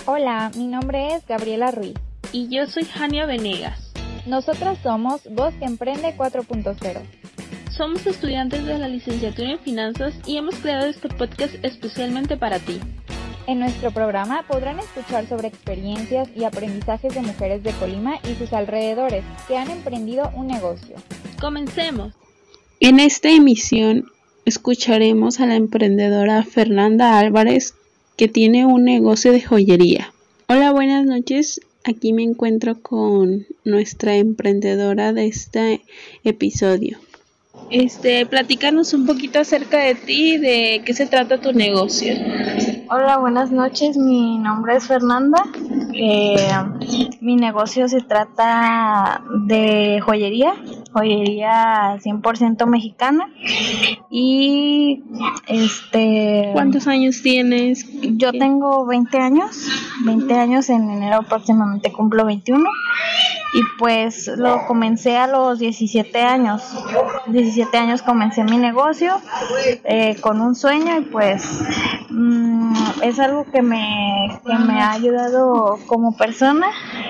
Hola, mi nombre es Gabriela Ruiz. Y yo soy Jania Venegas. Nosotras somos Voz que Emprende 4.0. Somos estudiantes de la licenciatura en Finanzas y hemos creado este podcast especialmente para ti. En nuestro programa podrán escuchar sobre experiencias y aprendizajes de mujeres de Colima y sus alrededores que han emprendido un negocio. ¡Comencemos! En esta emisión escucharemos a la emprendedora Fernanda Álvarez, que tiene un negocio de joyería. Hola, buenas noches. Aquí me encuentro con nuestra emprendedora de este episodio. Platícanos un poquito acerca de ti, de qué se trata tu negocio. Hola, buenas noches. Mi nombre es Fernanda. Mi negocio se trata de joyería 100% mexicana. Y ¿Cuántos años tienes? Yo tengo 20 años. En enero próximamente cumplo 21. Y pues lo comencé a los 17 años. 17 años comencé mi negocio con un sueño, y pues es algo que me ha ayudado como persona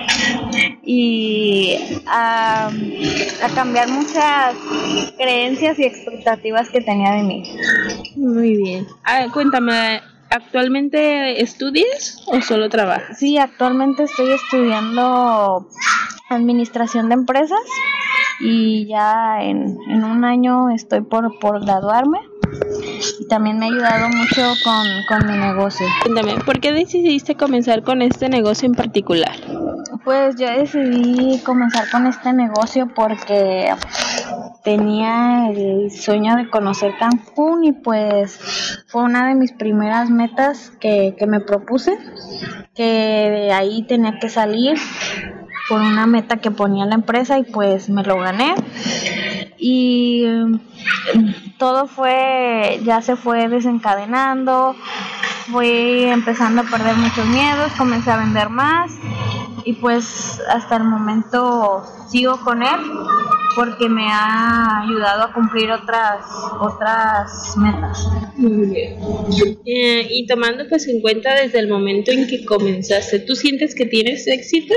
y a cambiar muchas creencias y expectativas que tenía de mí. Muy bien. Cuéntame, ¿actualmente estudias o solo trabajas? Sí, actualmente estoy estudiando Administración de Empresas y ya en un año estoy por graduarme, y también me ha ayudado mucho con mi negocio. Cuéntame, ¿por qué decidiste comenzar con este negocio en particular? Pues yo decidí comenzar con este negocio porque tenía el sueño de conocer Cancún, y pues fue una de mis primeras metas que me propuse, que de ahí tenía que salir por una meta que ponía la empresa, y pues me lo gané. Y todo ya se fue desencadenando, fui empezando a perder muchos miedos, comencé a vender más, y pues hasta el momento sigo con él porque me ha ayudado a cumplir otras metas. Muy bien. Y tomando pues en cuenta desde el momento en que comenzaste, ¿tú sientes que tienes éxito?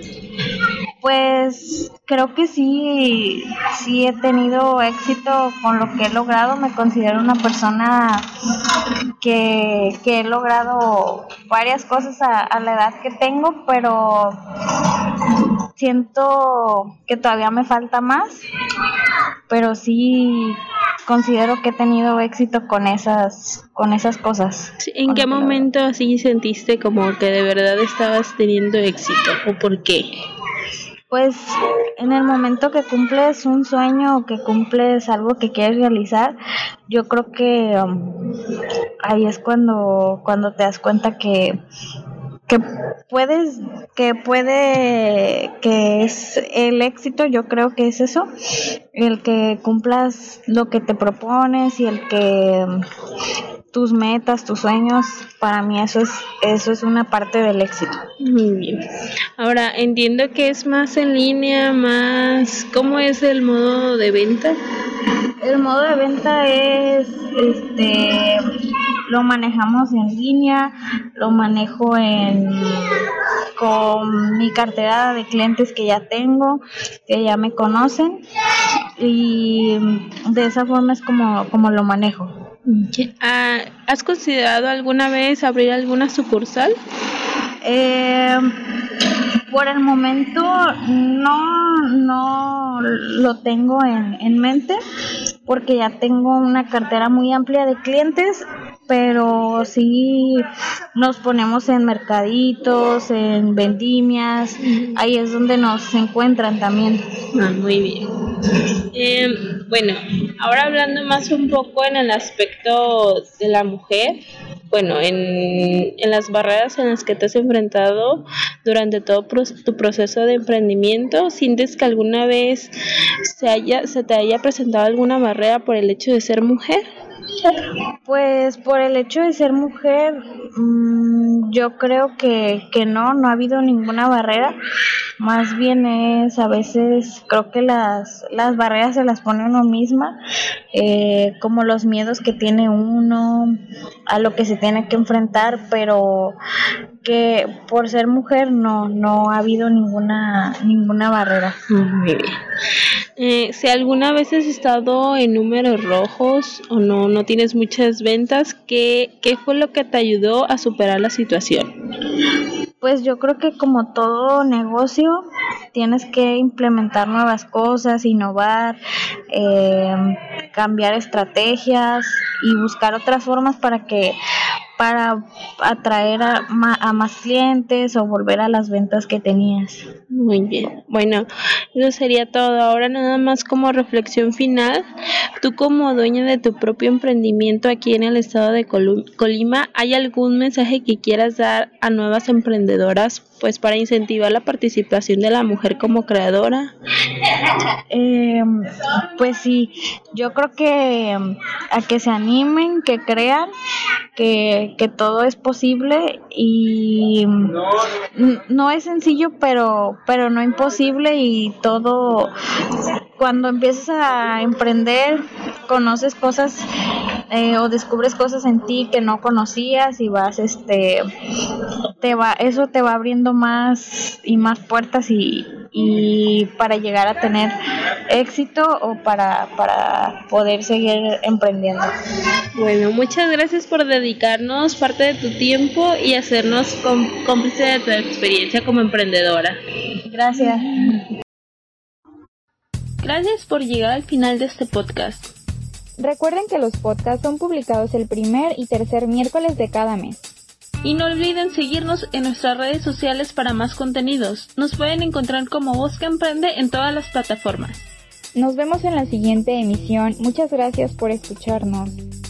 Pues creo que sí he tenido éxito con lo que he logrado. Me considero una persona que he logrado varias cosas a la edad que tengo, pero siento que todavía me falta más, pero sí considero que he tenido éxito con esas cosas. ¿En qué momento así sentiste como que de verdad estabas teniendo éxito, o por qué? Pues en el momento que cumples un sueño o que cumples algo que quieres realizar, yo creo que ahí es cuando te das cuenta que es el éxito. Yo creo que es eso, el que cumplas lo que te propones y el que tus metas, tus sueños. Para mí eso es una parte del éxito. Muy bien. Ahora, entiendo que es más en línea, ¿cómo es el modo de venta? El modo de venta es, lo manejamos en línea, lo manejo con mi cartera de clientes que ya tengo, que ya me conocen, y de esa forma es como lo manejo. ¿Has considerado alguna vez abrir alguna sucursal? Por el momento no lo tengo en mente, porque ya tengo una cartera muy amplia de clientes, pero sí nos ponemos en mercaditos, en vendimias, ahí es donde nos encuentran también. Muy bien. Bueno, ahora hablando más un poco en el aspecto de la mujer, bueno, en las barreras en las que te has enfrentado durante todo tu proceso de emprendimiento, ¿sientes que alguna vez se te haya presentado alguna barrera por el hecho de ser mujer? Pues por el hecho de ser mujer, Yo creo que no ha habido ninguna barrera. Más bien a veces creo que las barreras se las pone uno misma, como los miedos que tiene uno, a lo que se tiene que enfrentar, pero que por ser mujer no ha habido ninguna barrera. Muy bien. Si alguna vez has estado en números rojos o no tienes muchas ventas, ¿qué fue lo que te ayudó a superar la situación? Pues yo creo que como todo negocio tienes que implementar nuevas cosas, innovar, cambiar estrategias y buscar otras formas para atraer a más clientes o volver a las ventas que tenías. Muy bien. Bueno, eso sería todo. Ahora nada más como reflexión final. Tú como dueña de tu propio emprendimiento aquí en el estado de Colima, ¿hay algún mensaje que quieras dar a nuevas emprendedoras pues para incentivar la participación de la mujer como creadora? Pues sí, yo creo que a que se animen, que crean que todo es posible y no es sencillo, pero no imposible, y todo, cuando empiezas a emprender conoces cosas o descubres cosas en ti que no conocías y vas eso te va abriendo más y más puertas y para llegar a tener éxito o para poder seguir emprendiendo. Bueno, muchas gracias por dedicarnos parte de tu tiempo y hacernos cómplice de tu experiencia como emprendedora. Gracias. Gracias por llegar al final de este podcast. Recuerden que los podcasts son publicados el primer y tercer miércoles de cada mes. Y no olviden seguirnos en nuestras redes sociales para más contenidos. Nos pueden encontrar como Voz que Emprende en todas las plataformas. Nos vemos en la siguiente emisión. Muchas gracias por escucharnos.